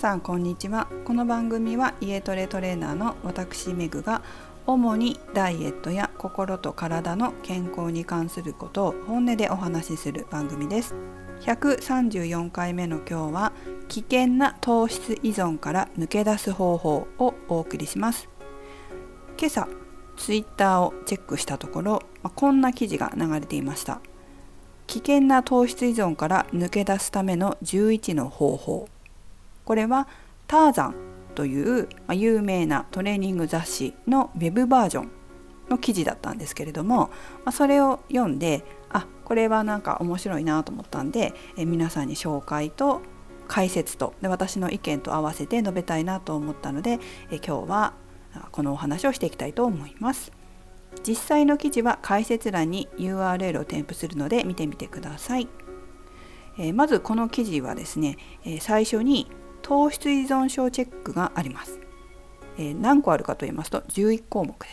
さんこんにちは。この番組は家トレトレーナーの私メグが主にダイエットや心と体の健康に関することを本音でお話しする番組です。134回目の今日は危険な糖質依存から抜け出す方法をお送りします。今朝ツイッターをチェックしたところ、こんな記事が流れていました。危険な糖質依存から抜け出すための11の方法。これはターザンという有名なトレーニング雑誌のウェブバージョンの記事だったんですけれども、それを読んでこれはなんか面白いなと思ったんで、皆さんに紹介と解説とで私の意見と合わせて述べたいなと思ったので、今日はこのお話をしていきたいと思います。実際の記事は解説欄に URL を添付するので見てみてください。まずこの記事はですね、最初に糖質依存症チェックがあります。何個あるかと言いますと11項目です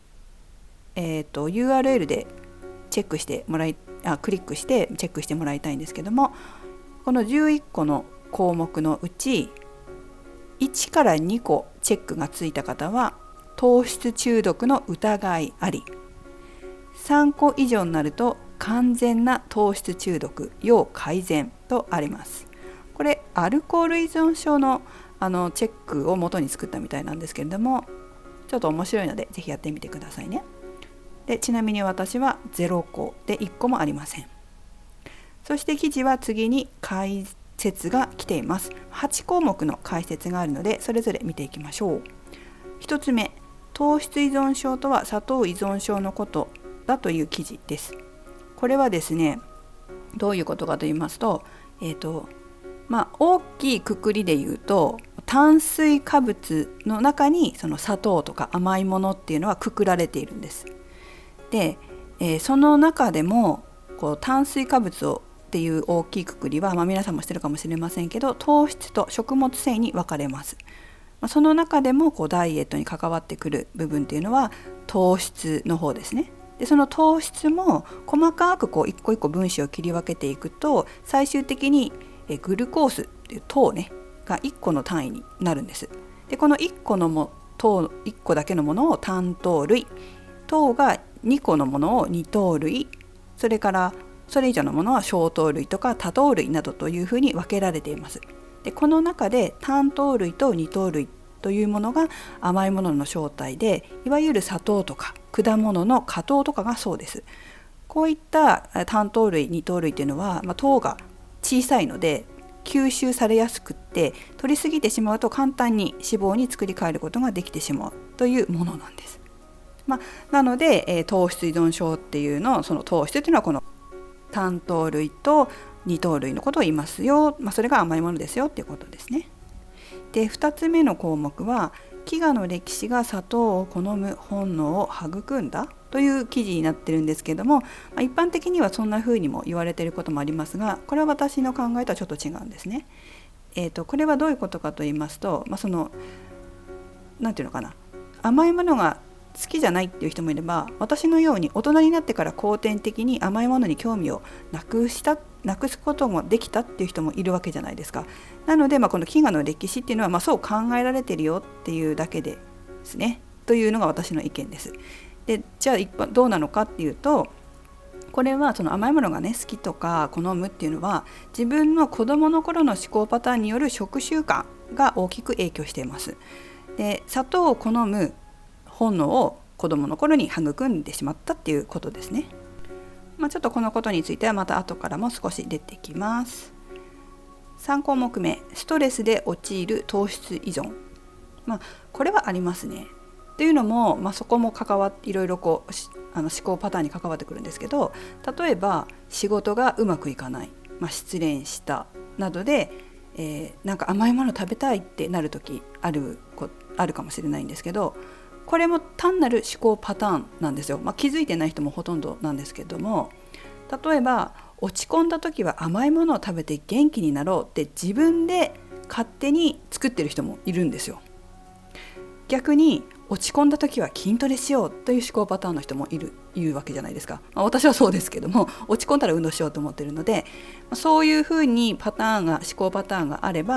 。URL でチェックしてもらいクリックしてチェックしてもらいたいんですけども、この11個の項目のうち1から2個チェックがついた方は糖質中毒の疑いあり、3個以上になると完全な糖質中毒要改善とあります。これアルコール依存症のチェックを元に作ったみたいなんですけれども、ちょっと面白いのでぜひやってみてくださいね。でちなみに私は0個で1個もありません。そして記事は次に解説が来ています。8項目の解説があるのでそれぞれ見ていきましょう。1つ目、糖質依存症とは砂糖依存症のことだという記事です。これはですね、どういうことかと言いますと、大きいくくりで言うと炭水化物の中にその砂糖とか甘いものっていうのはくくられているんです。で、その中でも炭水化物をっていう大きいくくりは、皆さんも知ってるかもしれませんけど、糖質と食物繊維に分かれます。その中でもダイエットに関わってくる部分っていうのは糖質の方ですね。でその糖質も細かく一個一個分子を切り分けていくと、最終的にグルコースっていう糖ねが1個の単位になるんです。でこの1個の糖1個だけのものを単糖類、糖が2個のものを二糖類、それからそれ以上のものは小糖類とか多糖類などというふうに分けられています。でこの中で単糖類と二糖類というものが甘いものの正体で、いわゆる砂糖とか果物の果糖とかがそうです。こういった単糖類二糖類というのは、糖が小さいので吸収されやすくって、取りすぎてしまうと簡単に脂肪に作り変えることができてしまうというものなんです。なので、糖質依存症っていうのその糖質というのはこの単糖類と二糖類のことを言いますよ。それが甘いものですよっていうことですね。で2つ目の項目は飢餓の歴史が砂糖を好む本能を育んだという記事になってるんですけども、一般的にはそんな風にも言われていることもありますが、これは私の考えとはちょっと違うんですね。これはどういうことかと言いますと、なんていうのかな、甘いものが好きじゃないっていう人もいれば、私のように大人になってから後天的に甘いものに興味をなくすこともできたっていう人もいるわけじゃないですか。なので、この飢餓の歴史っていうのは、そう考えられてるよっていうだけですねというのが私の意見です。でじゃあどうなのかっていうと、これはその甘いものが好きとか好むっていうのは自分の子どもの頃の思考パターンによる食習慣が大きく影響しています。で砂糖を好む本能を子どもの頃に育んでしまったっていうことですね。ちょっとこのことについてはまた後からも少し出てきます。3項目目、ストレスで陥る糖質依存。これはありますね。っていうのも、そこも関わっていろいろ思考パターンに関わってくるんですけど、例えば仕事がうまくいかない、失恋したなどで、なんか甘いもの食べたいってなる時あるかもしれないんですけど、これも単なる思考パターンなんですよ。気づいてない人もほとんどなんですけども、例えば落ち込んだ時は甘いものを食べて元気になろうって自分で勝手に作ってる人もいるんですよ。逆に落ち込んだ時は筋トレしようという思考パターンの人もいるわけじゃないですか。私はそうですけども、落ち込んだら運動しようと思ってるので、そういうふうに思考パターンがあれば、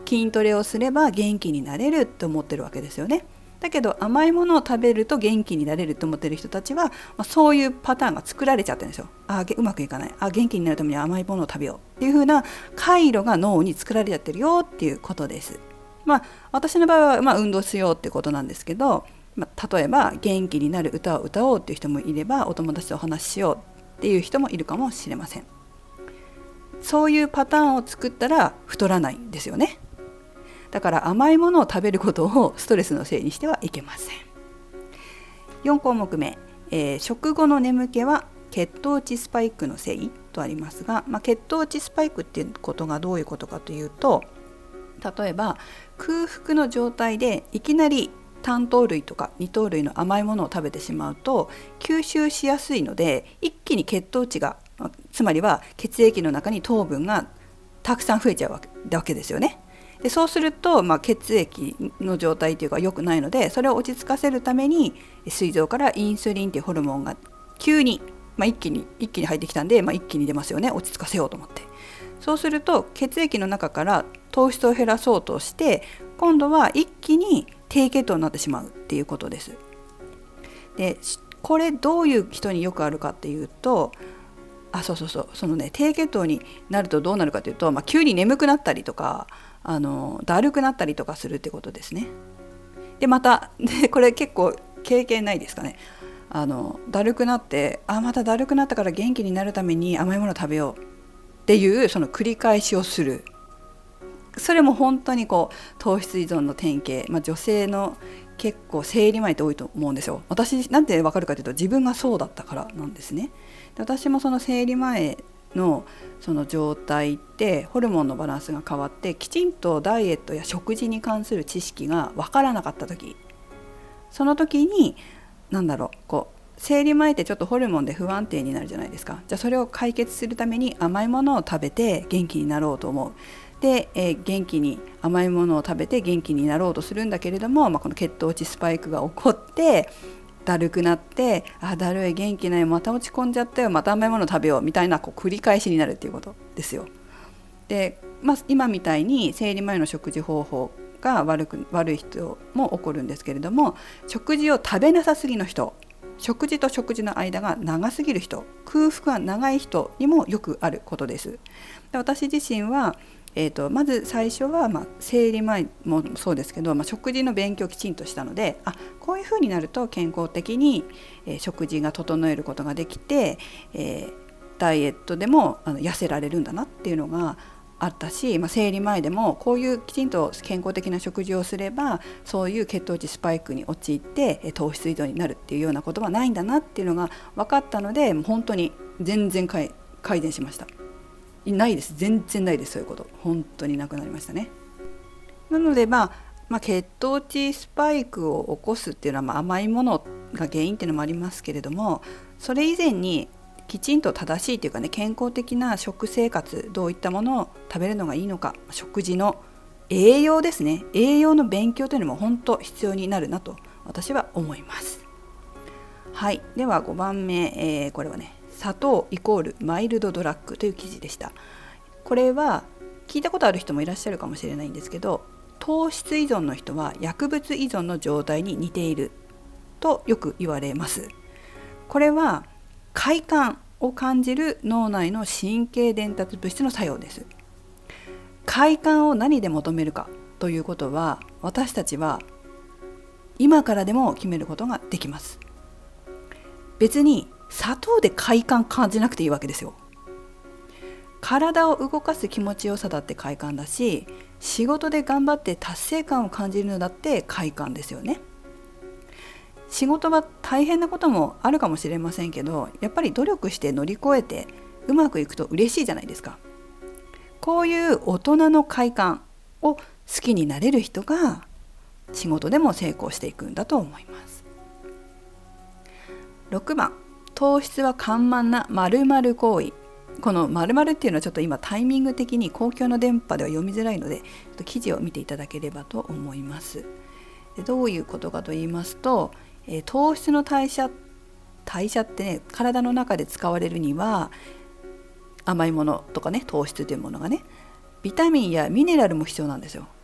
筋トレをすれば元気になれると思ってるわけですよね。だけど甘いものを食べると元気になれると思ってる人たちは、そういうパターンが作られちゃってるんですよ。うまくいかない、元気になるためには甘いものを食べようっていう風な回路が脳に作られちゃってるよっていうことです。私の場合は運動しようってことなんですけど、例えば元気になる歌を歌おうっていう人もいれば、お友達とお話ししようっていう人もいるかもしれません。そういうパターンを作ったら太らないんですよね。だから甘いものを食べることをストレスのせいにしてはいけません。4項目目、食後の眠気は血糖値スパイクのせいとありますが、血糖値スパイクっていうことがどういうことかというと、例えば空腹の状態でいきなり単糖類とか二糖類の甘いものを食べてしまうと吸収しやすいので、一気に血糖値が、つまりは血液の中に糖分がたくさん増えちゃうわけですよね。でそうすると、血液の状態というか良くないので、それを落ち着かせるために膵臓からインスリンというホルモンが急に、一気に入ってきたんで、一気に出ますよね。落ち着かせようと思って。そうすると血液の中から糖質を減らそうとして、今度は一気に低血糖になってしまうっていうことです。でこれどういう人によくあるかっていうと、低血糖になるとどうなるかというと、急に眠くなったりとかだるくなったりとかするってことですね。でこれ結構経験ないですかね。だるくなってまただるくなったから元気になるために甘いものを食べようっていうその繰り返しをする。それも本当に糖質依存の典型、女性の結構生理前って多いと思うんですよ。私なんで分かるかというと、自分がそうだったからなんですね。で私もその生理前のその状態ってホルモンのバランスが変わって、きちんとダイエットや食事に関する知識が分からなかった時、その時に生理前ってちょっとホルモンで不安定になるじゃないですか。じゃあそれを解決するために甘いものを食べて元気になろうと思う。で、元気に甘いものを食べて元気になろうとするんだけれども、この血糖値スパイクが起こってだるくなって、だるい、元気ない、また落ち込んじゃったよ、また甘いもの食べようみたいな繰り返しになるっていうことですよ。で、今みたいに生理前の食事方法が悪い人も起こるんですけれども、食事を食べなさすぎの人、食事と食事の間が長すぎる人、空腹が長い人にもよくあることです。で私自身はまず最初は、生理前もそうですけど、食事の勉強をきちんとしたので、こういう風になると健康的に、食事が整えることができて、ダイエットでも痩せられるんだなっていうのがあったし、生理前でもこういうきちんと健康的な食事をすれば、そういう血糖値スパイクに陥って糖質依存になるっていうようなことはないんだなっていうのが分かったので、本当に全然改善しました。ないです、全然ないです。そういうこと本当になくなりましたね。なので血糖値スパイクを起こすっていうのは、甘いものが原因っていうのもありますけれども、それ以前にきちんと正しいというかね、健康的な食生活、どういったものを食べるのがいいのか、食事の栄養ですね、栄養の勉強というのも本当必要になるなと私は思います。はい、では5番目、これはね、砂糖イコールマイルドドラッグという記事でした。これは聞いたことある人もいらっしゃるかもしれないんですけど、糖質依存の人は薬物依存の状態に似ているとよく言われます。これは快感を感じる脳内の神経伝達物質の作用です。快感を何で求めるかということは、私たちは今からでも決めることができます。別に砂糖で快感感じなくていいわけですよ。体を動かす気持ちよさだって快感だし、仕事で頑張って達成感を感じるのだって快感ですよね。仕事は大変なこともあるかもしれませんけど、やっぱり努力して乗り越えてうまくいくと嬉しいじゃないですか。こういう大人の快感を好きになれる人が仕事でも成功していくんだと思います。6番、糖質は緩慢な〇〇行為。この〇〇っていうのはちょっと今タイミング的に公共の電波では読みづらいので、記事を見ていただければと思います。でどういうことかと言いますと、糖質の代謝ってね、体の中で使われるには甘いものとかね、糖質というものがね、ビタミンやミネラルも必要なんですよ。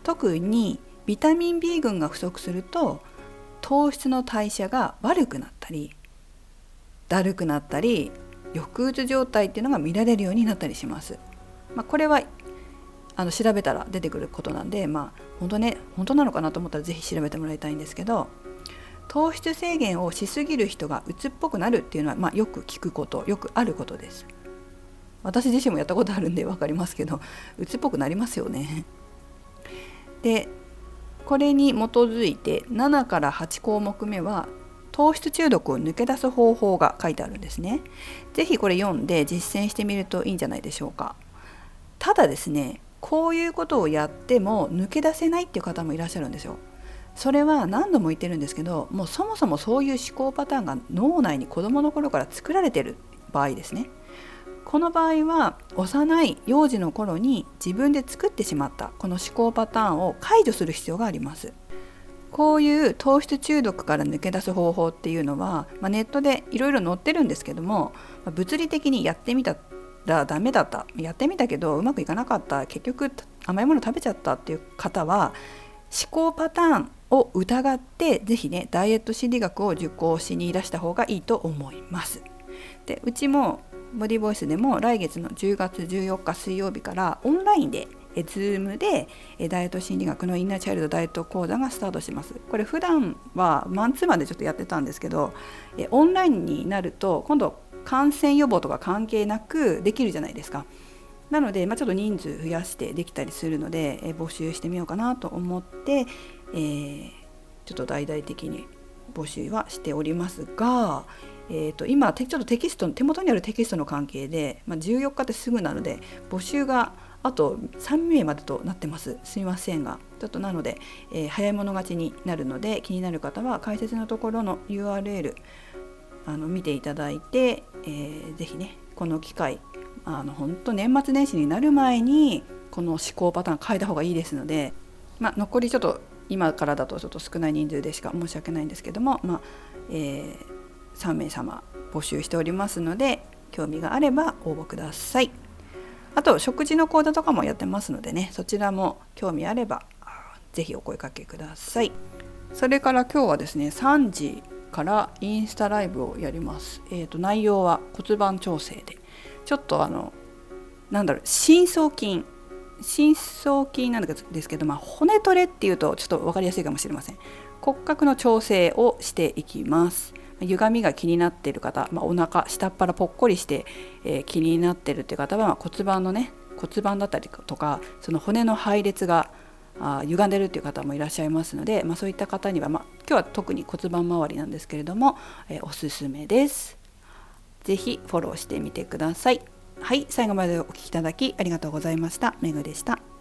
特にビタミン B 群が不足すると糖質の代謝が悪くなったりだるくなったり抑うつ状態っていうのが見られるようになったりします。これは調べたら出てくることなんで、本当なのかなと思ったらぜひ調べてもらいたいんですけど、糖質制限をしすぎる人がうつっぽくなるっていうのは、よく聞くこと、よくあることです。私自身もやったことあるんで分かりますけど、うつっぽくなりますよね。で、これに基づいて7から8項目目は糖質中毒を抜け出す方法が書いてあるんですね。ぜひこれ読んで実践してみるといいんじゃないでしょうか。ただですね、こういうことをやっても抜け出せないっていう方もいらっしゃるんですよ。それは何度も言ってるんですけど、もうそもそもそういう思考パターンが脳内に子どもの頃から作られている場合ですね。この場合は幼い幼児の頃に自分で作ってしまったこの思考パターンを解除する必要があります。こういう糖質中毒から抜け出す方法っていうのは、ネットでいろいろ載ってるんですけども、物理的にやってみたらダメだった、やってみたけどうまくいかなかった、結局甘いもの食べちゃったっていう方は、思考パターンを疑ってぜひね、ダイエット心理学を受講しにいらした方がいいと思います。で、うちもボディボイスでも来月の10月14日水曜日からオンラインでZoom でダイエット心理学のインナーチャイルドダイエット講座がスタートします。これ普段はマンツーマンでちょっとやってたんですけど、オンラインになると今度感染予防とか関係なくできるじゃないですか。なので、ちょっと人数増やしてできたりするので、募集してみようかなと思って、ちょっと大々的に募集はしておりますが、今ちょっとテキスト、手元にあるテキストの関係で、14日ってすぐなので募集があと3名までとなってます。すみませんが、ちょっとなので、早い者勝ちになるので、気になる方は解説のところの URL 見ていただいて、ぜひね、この機会本当年末年始になる前にこの思考パターン変えた方がいいですので、残りちょっと今からだとちょっと少ない人数でしか申し訳ないんですけども、3名様募集しておりますので、興味があれば応募ください。あと食事の講座とかもやってますのでね、そちらも興味あればぜひお声かけください。それから今日はですね、3時からインスタライブをやります。内容は骨盤調整で、ちょっと深層筋なんですけど、骨トレっていうとちょっと分かりやすいかもしれません。骨格の調整をしていきます。歪みが気になっている方、お腹下っ腹ぽっこりして、気になっているという方は、骨盤だったりとか、その骨の配列が歪んでるっていう方もいらっしゃいますので、そういった方には、今日は特に骨盤周りなんですけれども、おすすめです。ぜひフォローしてみてください。はい、最後までお聞きいただきありがとうございました。めぐでした。